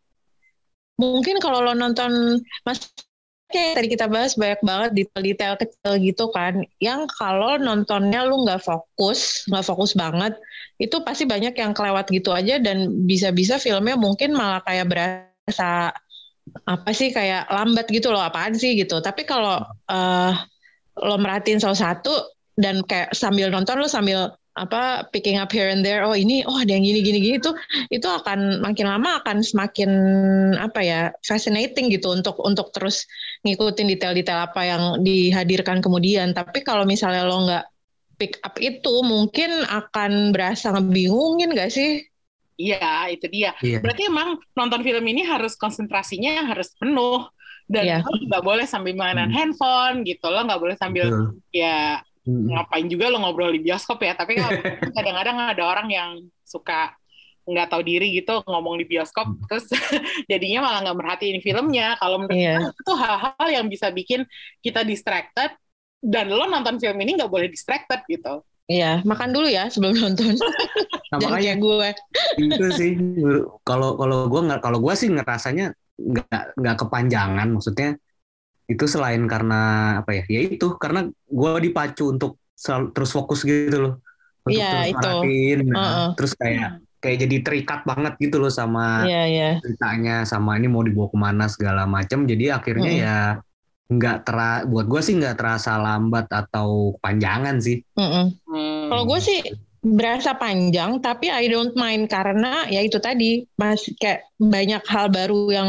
Mungkin kalau lo nonton, mas kayak tadi kita bahas banyak banget detail-detail kecil gitu kan, yang kalau nontonnya lu nggak fokus, nggak fokus banget, itu pasti banyak yang kelewat gitu aja dan bisa-bisa filmnya mungkin malah kayak berasa apa sih kayak lambat gitu loh, apaan sih gitu. Tapi kalau uh, lo merhatiin salah satu dan kayak sambil nonton lo sambil apa picking up here and there, oh ini oh ada yang gini gini gini tuh, itu akan makin lama akan semakin apa ya fascinating gitu untuk untuk terus ngikutin detail-detail apa yang dihadirkan kemudian. Tapi kalau misalnya lo nggak pick up itu mungkin akan berasa ngebingungin nggak sih? Iya, itu dia. Iya. Berarti emang nonton film ini harus konsentrasinya harus penuh dan Iya. lo nggak boleh sambil mainan hmm. handphone gitu, lo nggak boleh sambil hmm. ya hmm. ngapain juga lo ngobrol di bioskop ya. Tapi kadang-kadang ada orang yang suka nggak tahu diri gitu ngomong di bioskop hmm. terus jadinya malah nggak merhatiin filmnya. Kalau menurut Iya. itu hal-hal yang bisa bikin kita distracted dan lo nonton film ini nggak boleh distracted gitu. Iya, makan dulu ya sebelum nonton. Nah, jangan kayak gue. Itu sih kalau kalau gue nggak kalau gue sih ngerasanya nggak nggak kepanjangan, maksudnya itu selain karena apa ya ya itu karena gue dipacu untuk selalu, terus fokus gitu loh untuk ya, terus itu. merhatiin nah, uh-uh. terus kayak kayak jadi terikat banget gitu loh sama ya, ya. ceritanya, sama ini mau dibawa kemana segala macam, jadi akhirnya uh-uh. ya nggak tera buat gue sih nggak terasa lambat atau panjangan sih. Uh-uh. Hmm. Kalau gue sih berasa panjang, tapi I don't mind karena ya itu tadi masih kayak banyak hal baru yang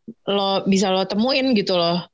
lo bisa lo temuin gitu loh.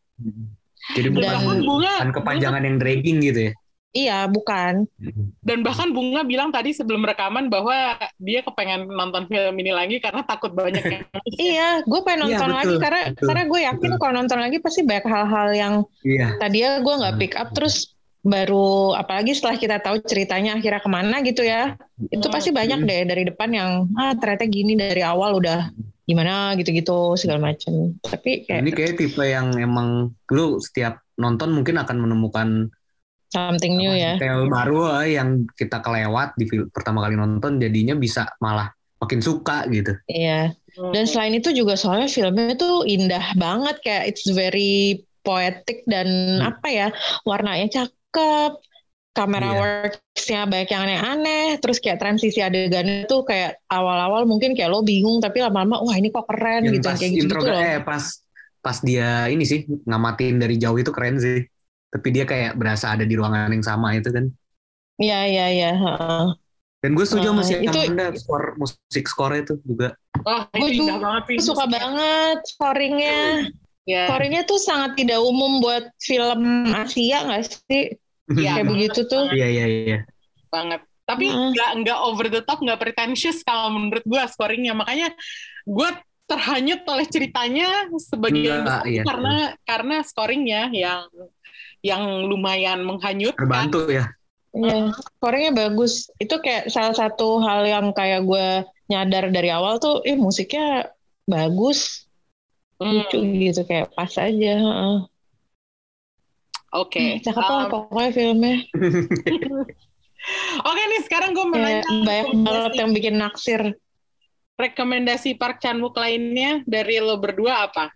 Jadi bukan, Dan, bukan kepanjangan yang dragging gitu ya? Iya, bukan. Dan bahkan Bunga bilang tadi sebelum rekaman bahwa dia kepengen nonton film ini lagi karena takut banyak yang iya, gue pengen nonton iya, lagi karena betul, karena gue yakin kalau nonton lagi pasti banyak hal-hal yang iya. tadinya gue nggak pick up, terus baru apalagi setelah kita tahu ceritanya akhirnya kemana gitu ya, itu pasti banyak deh dari depan yang ah ternyata gini dari awal udah gimana gitu-gitu segala macam. Tapi kayak ini kayak tipe yang emang lu setiap nonton mungkin akan menemukan something new ya, detail baru yang kita kelewat di film pertama kali nonton, jadinya bisa malah makin suka gitu. Iya. Dan selain itu juga soalnya filmnya tuh indah banget, kayak it's very poetic dan hmm. apa ya, warnanya cakep, kamera yeah. works-nya banyak yang aneh-aneh, terus kayak transisi adegannya tuh kayak awal-awal mungkin kayak lo bingung tapi lama-lama wah ini kok keren yang gitu, pas kayak gitu-gitu loh. Eh, pas pas dia ini sih ngamatin dari jauh itu keren sih. Tapi dia kayak berasa ada di ruangan yang sama itu kan. Iya, iya, iya. Dan gue setuju Nah, sama si itu- Amanda skor musik skornya itu juga. Oh, Gue itu indah banget sih. Gue suka musiknya. banget scoringnya. Ya, Scoringnya tuh sangat tidak umum buat film Asia nggak sih? Iya, Kayak begitu tuh. Iya iya iya. banget. Tapi Heeh. nggak nggak over the top, nggak pretentious kalau menurut gue scoringnya. Makanya gue terhanyut oleh ceritanya sebagian Nggak, besar iya. karena karena scoringnya yang yang lumayan menghanyutkan. Terbantu ya. Iya, scoringnya bagus. Itu kayak salah satu hal yang kayak gue nyadar dari awal tuh, eh musiknya bagus, Hmm, lucu gitu, kayak pas aja. heeh. Oke. Cakep lah Um, pokoknya filmnya. Oke nih, sekarang gue mau Kayak nanya banyak banget yang bikin naksir. rekomendasi Park Chan-wook lainnya dari lo berdua apa?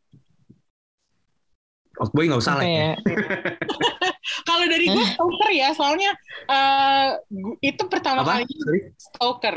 Oldboy nggak usah Apa lah ya. ya? Kalau dari gue Stoker ya, soalnya eh, gu- itu pertama Apa? kali Sorry? Stoker.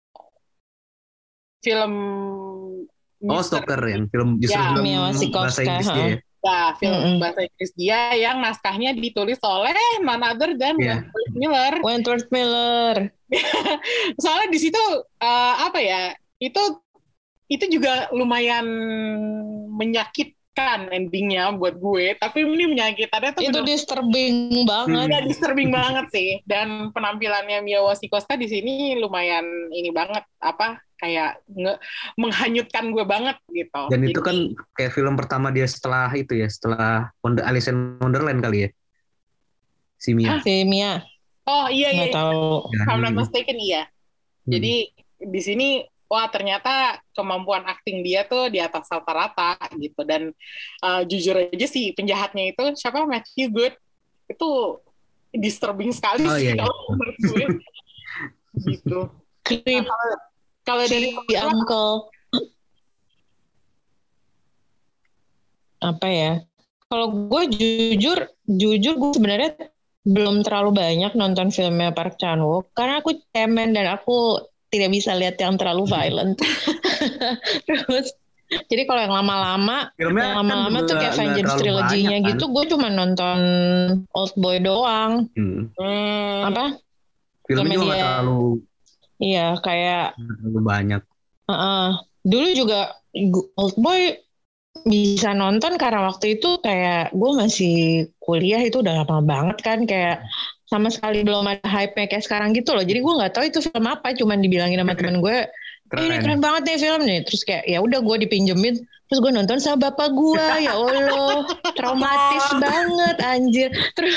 Film Oh, Mister Stoker yang film justru Ya, film Mia Wasikowska, bahasa Inggris dia ya. Ya, film Mm-mm. bahasa Inggris dia yang naskahnya ditulis oleh none other than Iya. Wentworth Miller. Wentworth Miller. Soalnya di situ eh, apa ya? Itu itu juga lumayan menyakitkan endingnya buat gue, tapi ini menyakitannya tuh Itu bener- disturbing banget. Ya, disturbing banget sih. Dan penampilannya Mia Wasikowska di sini lumayan ini banget, apa kayak nge- menghanyutkan gue banget gitu. Dan Jadi, itu kan kayak film pertama dia setelah itu ya, setelah Wonder, Alice in Wonderland kali ya. Si Mia. Si Mia, oh iya iya, nggak tahu. Ya, if I'm not hmm. mistaken iya. Hmm. Jadi di sini wah ternyata kemampuan akting dia tuh di atas rata-rata gitu. Dan uh, jujur aja sih penjahatnya itu siapa, Matthew Good, itu disturbing sekali Oh, sih iya, iya. kalau menurut gue. Gitu. Creep Kalau dari si uncle. Apa ya? Kalau gue jujur, jujur gue sebenarnya belum terlalu banyak nonton filmnya Park Chan-wook karena aku cemen dan aku tidak bisa lihat yang terlalu violent. Terus jadi kalau yang lama-lama, Filmnya yang lama-lama kan tuh juga kayak nggak Vengeance terlalu trilogy-nya banyak, kan? gitu, gue cuma nonton Oldboy doang. Hmm. hmm, Apa? Filmnya Filmnya juga nggak dia. terlalu, Iya, kayak nggak terlalu banyak. uh-uh. Dulu juga gu- Oldboy bisa nonton karena waktu itu kayak gue masih kuliah, itu udah lama banget kan, kayak sama sekali belum ada hype-nya kayak sekarang gitu loh. Jadi gue nggak tahu itu film apa, cuman dibilangin sama temen gue, eh, ini keren banget nih film nih. Terus kayak ya udah gue dipinjemin, terus gue nonton sama bapak gue, ya Allah, traumatis banget anjir. Terus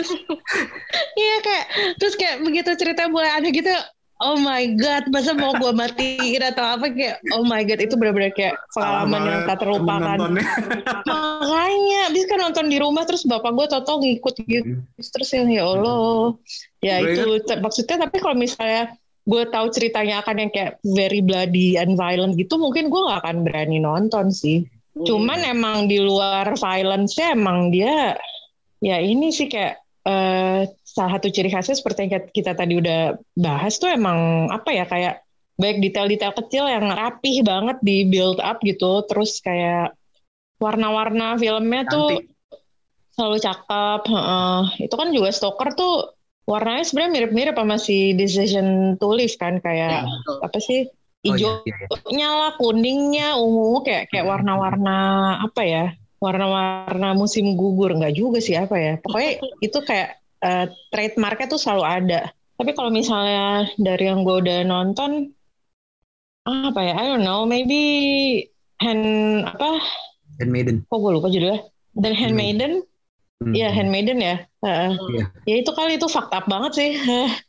iya kayak terus kayak begitu cerita mulai ada gitu, oh my god, masa mau gue matiin atau apa, kayak oh my god, itu benar-benar kayak pengalaman yang tak terlupakan. Makanya abis kan nonton di rumah, terus bapak gue tau-tau ngikut gitu, terus yang ya Allah, ya Gue itu t- maksudnya. Tapi kalau misalnya gue tahu ceritanya akan yang kayak very bloody and violent gitu, mungkin gue gak akan berani nonton sih. Cuman emang di luar violence-nya emang dia ya ini sih kayak eh, salah satu ciri khasnya seperti yang kita tadi udah bahas tuh emang apa ya, kayak baik detail-detail kecil yang rapih banget di build up gitu, terus kayak warna-warna filmnya tuh Cantik. selalu cakep. heeh. Itu kan juga Stoker tuh warnanya sebenarnya mirip-mirip sama si Decision to Live kan, kayak Ya, betul. apa sih, Oh, hijau iya, iya, iya. nya lah, kuningnya, ungu, kayak kayak warna-warna apa ya, warna-warna musim gugur, nggak juga sih apa ya, pokoknya itu kayak eh, trademarknya tuh selalu ada. Tapi kalau misalnya dari yang gue udah nonton, apa ya, I don't know, maybe hand apa, Dan Maiden. kok gue lupa judulnya, dan Handmaiden. Hmm. Iya, Handmaiden ya. Heeh. Iya. Ya itu kali, itu fucked up banget sih.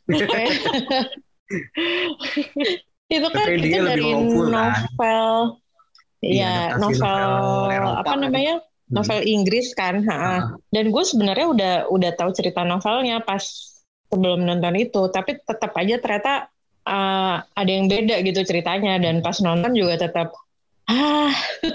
Itu kan Tapi itu dia lebih dari hopeful, kan? novel. Iya, Iya, adaptasi novel, novel Eropa, apa kan? namanya? Novel Inggris kan. heeh. Ah. Dan gue sebenarnya udah udah tahu cerita novelnya pas sebelum nonton itu, tapi tetap aja ternyata uh, ada yang beda gitu ceritanya, dan pas nonton juga tetap ah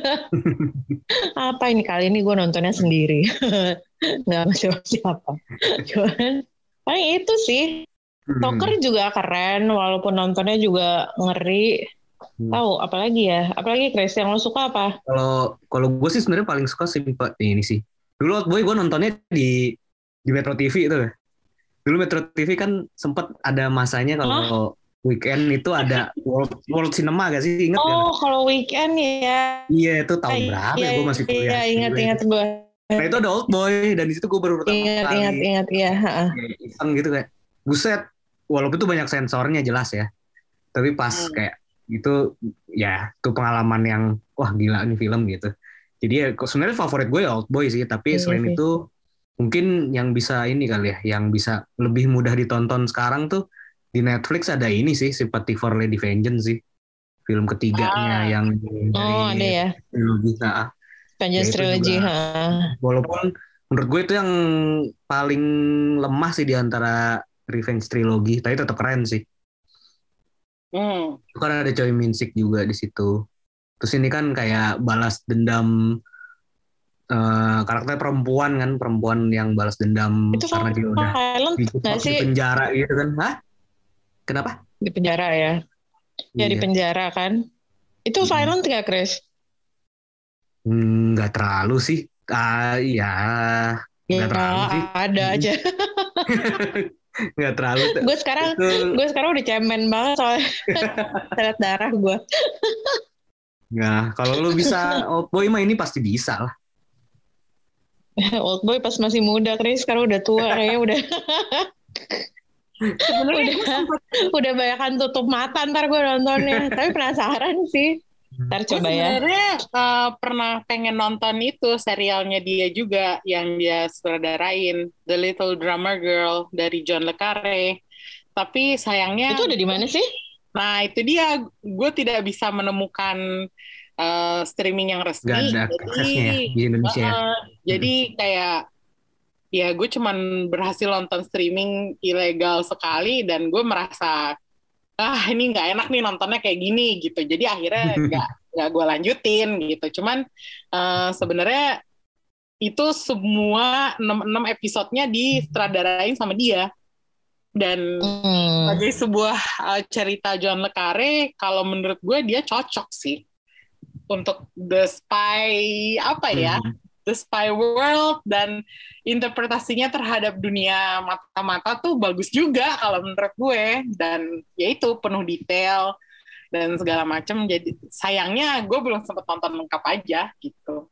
apa ini, kali ini gue nontonnya sendiri nggak sama siapa-siapa. Cuman paling itu sih. Hmm. Stoker juga keren walaupun nontonnya juga ngeri. Hmm. Tahu apalagi ya, apalagi Chris yang lo suka apa? Kalau kalau gue sih sebenarnya paling suka simple ini sih. Dulu Oldboy gue nontonnya di di Metro T V itu. dulu Metro T V kan sempat ada masanya kalau weekend itu ada World World Cinema gak sih, ingat? Oh gak? Kalau weekend ya. Iya itu tahun berapa iya, ya gue masih kuliah. Iya ingat-ingat gue. Nah itu ada Old Boy dan di situ gue baru pertama ingat, kali. Ingat ingat iya. Iseng gitu kayak buset, walaupun itu banyak sensornya jelas ya, tapi pas hmm. kayak gitu ya itu pengalaman yang wah gila nih film gitu. Jadi ya sebenarnya favorit gue ya Old Boy sih, tapi iya, selain sih. itu mungkin yang bisa ini kali ya, yang bisa lebih mudah ditonton sekarang tuh di Netflix ada ini sih, Sympathy for Lady Vengeance sih, film ketiganya ah. yang dari oh, ada ya? trilogi nah, Vengeance ya Trilogy. Juga, walaupun menurut gue itu yang paling lemah sih di antara Revenge Trilogy, tapi tetap keren sih. Hmm. Karena ada Choi Min Sik juga di situ. Terus ini kan kayak balas dendam. Uh, karakter perempuan kan, perempuan yang balas dendam itu karena dia udah di, di penjara gitu kan. Hah? Kenapa? Di penjara ya. Ya iya. Di penjara kan. Itu hmm. violent gak, Chris? Hmm, gak terlalu sih. Ah, iya. Ya, gak terlalu sih. Ada aja. Gak terlalu. Gue sekarang gue sekarang udah cemen banget soalnya telet darah gue. Nah, kalau lu bisa Old Boy mah ini pasti bisa lah. Old Boy pas masih muda, Chris, sekarang udah tua kayaknya udah. Sebenarnya udah udah banyakan tutup mata ntar gue nontonnya, tapi penasaran sih. Ntar coba ya. Sebenarnya uh, pernah pengen nonton itu serialnya dia juga yang dia sutradarain, The Little Drummer Girl dari John le Carré. Tapi sayangnya itu ada di mana sih? Nah itu dia, gue tidak bisa menemukan Uh, streaming yang resmi. Gak ada aksesnya ya di Indonesia. Uh, jadi kayak ya gue cuman berhasil nonton streaming ilegal sekali dan gue merasa ah ini nggak enak nih nontonnya kayak gini gitu. Jadi akhirnya nggak nggak gue lanjutin gitu. Cuman uh, sebenarnya itu semua enam episodenya disutradarain sama dia. Dan hmm. sebagai sebuah uh, cerita John le Carré, kalau menurut gue dia cocok sih untuk The Spy apa ya, hmm. The Spy World, dan interpretasinya terhadap dunia mata-mata tuh bagus juga kalau menurut gue, dan ya itu penuh detail dan segala macam. Jadi sayangnya gue belum sempat nonton lengkap aja gitu.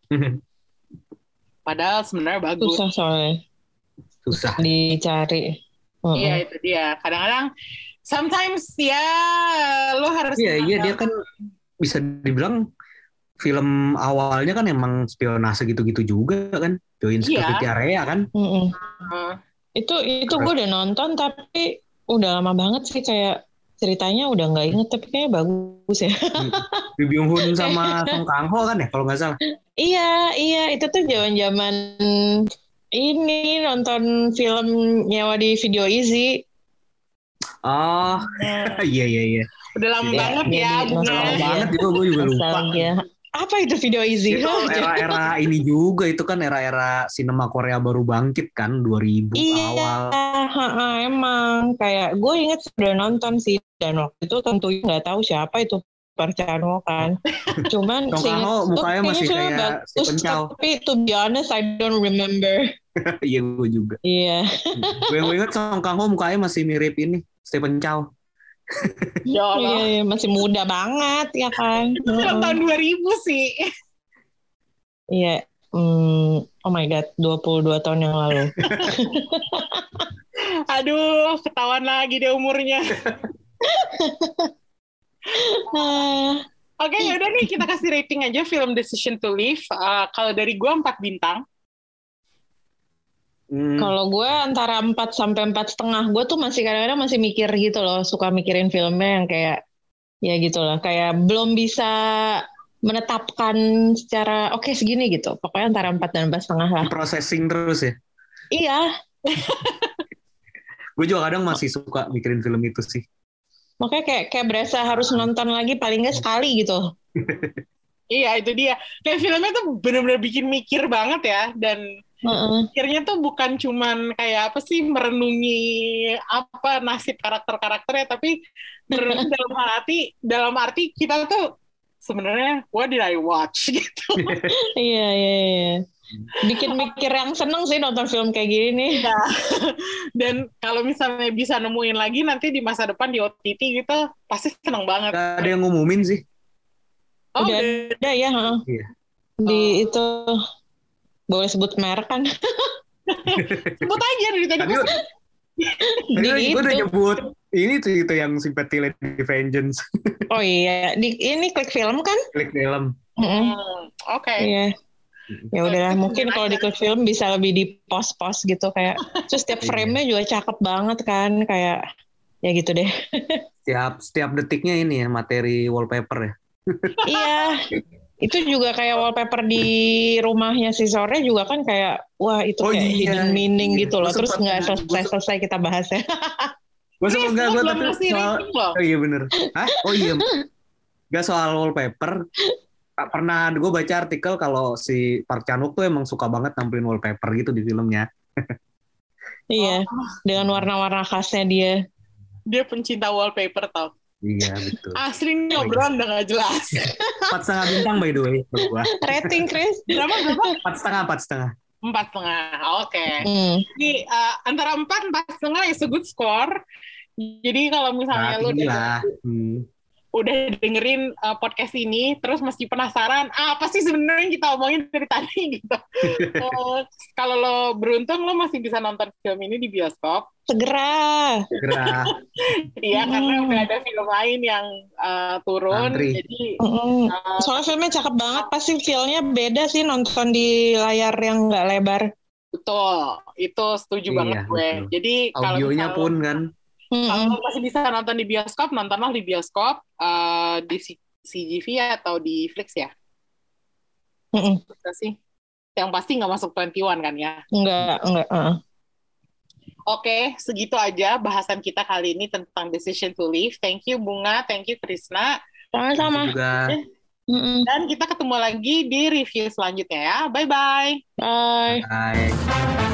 Padahal sebenarnya bagus. Susah soalnya. Susah dicari. Uh-uh. Iya itu dia. Kadang-kadang sometimes ya lo harus. Iya iya dia kan bisa dibilang film awalnya kan emang spionase gitu-gitu juga kan, join security iya. area kan. Uh-uh. Itu itu gue udah nonton tapi udah lama banget sih, kayak ceritanya udah nggak inget, tapi kayaknya bagus ya. Lee Byung Hun sama Song Kang Ho kan ya kalau nggak salah. Iya iya itu tuh zaman-zaman ini nonton film nyewa di Video Easy. Oh iya iya iya. Udah lama ya, banget ya. Udah lama banget juga gue juga lupa. Apa itu Video Easy? Itu era-era ini juga, itu kan era-era sinema Korea baru bangkit kan, dua ribu iya, awal. Iya, emang kayak gue inget udah nonton sih, dan waktu itu tentunya nggak tahu siapa itu Park Chan-wook kan. Cuman sih mukanya masih kayak si Pencau. Tapi to be honest I don't remember. Iya gue juga. Iya. Gue inget Song Kang Ho mukanya masih mirip ini Stephen Chow. Ya Allah. Iya, masih muda banget ya kan. Itu film tahun dua ribu sih. Iya. Hmm, oh my god, dua puluh dua tahun yang lalu. Aduh, ketahuan lagi deh umurnya. Oke, okay, yaudah nih kita kasih rating aja film Decision to Live. Uh, kalau dari gue empat bintang. Hmm. Kalau gue antara empat sampai empat setengah. Gue tuh masih kadang-kadang masih mikir gitu loh, suka mikirin filmnya yang kayak ya gitu lah, kayak belum bisa menetapkan secara oke okay, segini gitu. Pokoknya antara empat dan empat setengah lah. Processing terus ya. Iya. Gue juga kadang masih suka mikirin film itu sih. Makanya kayak kayak berasa harus nonton lagi paling nggak sekali gitu. Iya itu dia. Kayak filmnya tuh benar-benar bikin mikir banget ya, dan uh-uh. mikirnya tuh bukan cuman kayak apa sih merenungi apa nasib karakter-karakternya, tapi merenungi dalam arti dalam arti kita tuh sebenarnya what did I watch gitu. Iya iya iya. bikin mikir yang seneng sih nonton film kayak gini nih. Ya. Dan kalau misalnya bisa nemuin lagi nanti di masa depan di O T T gitu, pasti seneng banget. Gak ada yang ngumumin sih. Oh, udah ada ya. Iya. Di oh. itu boleh sebut merek kan? Sebut aja dari tadi. Tadi, tadi gue udah nyebut ini tuh itu yang Sympathy Lady Vengeance. Oh iya, di ini klik film kan? Klik film. Mm-hmm. Oke. Okay. Iya. Ya udahlah, mungkin kalau di klik film bisa lebih di pos-pos gitu kayak. Terus setiap frame-nya juga cakep banget kan, kayak ya gitu deh. Setiap setiap detiknya ini ya materi wallpaper ya. Iya. Itu juga kayak wallpaper di rumahnya si Sore juga kan kayak wah itu oh, kayak iya, hidden meaning iya. gitu loh. Terus nggak selesai-selesai kita bahas ya. Gue sama enggak gue tapi soal oh iya bener. Hah? Oh iya. Gak soal wallpaper. Pernah gue baca artikel kalau si Park Chan-wook tuh emang suka banget nampilin wallpaper gitu di filmnya. Iya. Dengan warna-warna khasnya dia. Dia pencinta wallpaper tau. Iya betul. Asli nih obrolan udah gak jelas. Empat setengah bintang by the way. Rating Chris berapa berapa? Empat setengah empat setengah. Empat setengah, oke. Okay. Hmm. Jadi uh, antara empat empat setengah is a good score. Jadi kalau misalnya nah, lu udah, hmm. udah dengerin uh, podcast ini, terus masih penasaran, ah, apa sih sebenarnya yang kita omongin dari tadi gitu. uh, kalau lo beruntung, lo masih bisa nonton film ini di bioskop. Segera. Segera. Iya, hmm. karena udah ada film lain yang uh, turun. Andri. Jadi, hmm. uh, soalnya filmnya cakep banget, pasti feel-nya beda sih nonton di layar yang nggak lebar. Betul, itu setuju iya, banget gue. Betul. Jadi audionya kalau pun kan. Kalau masih bisa nonton di bioskop, nontonlah di bioskop uh, di C G V atau di Flix ya. Mm-mm. sih. Yang pasti nggak masuk dua puluh satu kan ya? Enggak, enggak. Uh. Oke, segitu aja bahasan kita kali ini tentang Decision to Leave. Thank you Bunga, thank you Krisna. Sama-sama. Juga. Dan kita ketemu lagi di review selanjutnya ya. Bye-bye. Bye. Bye.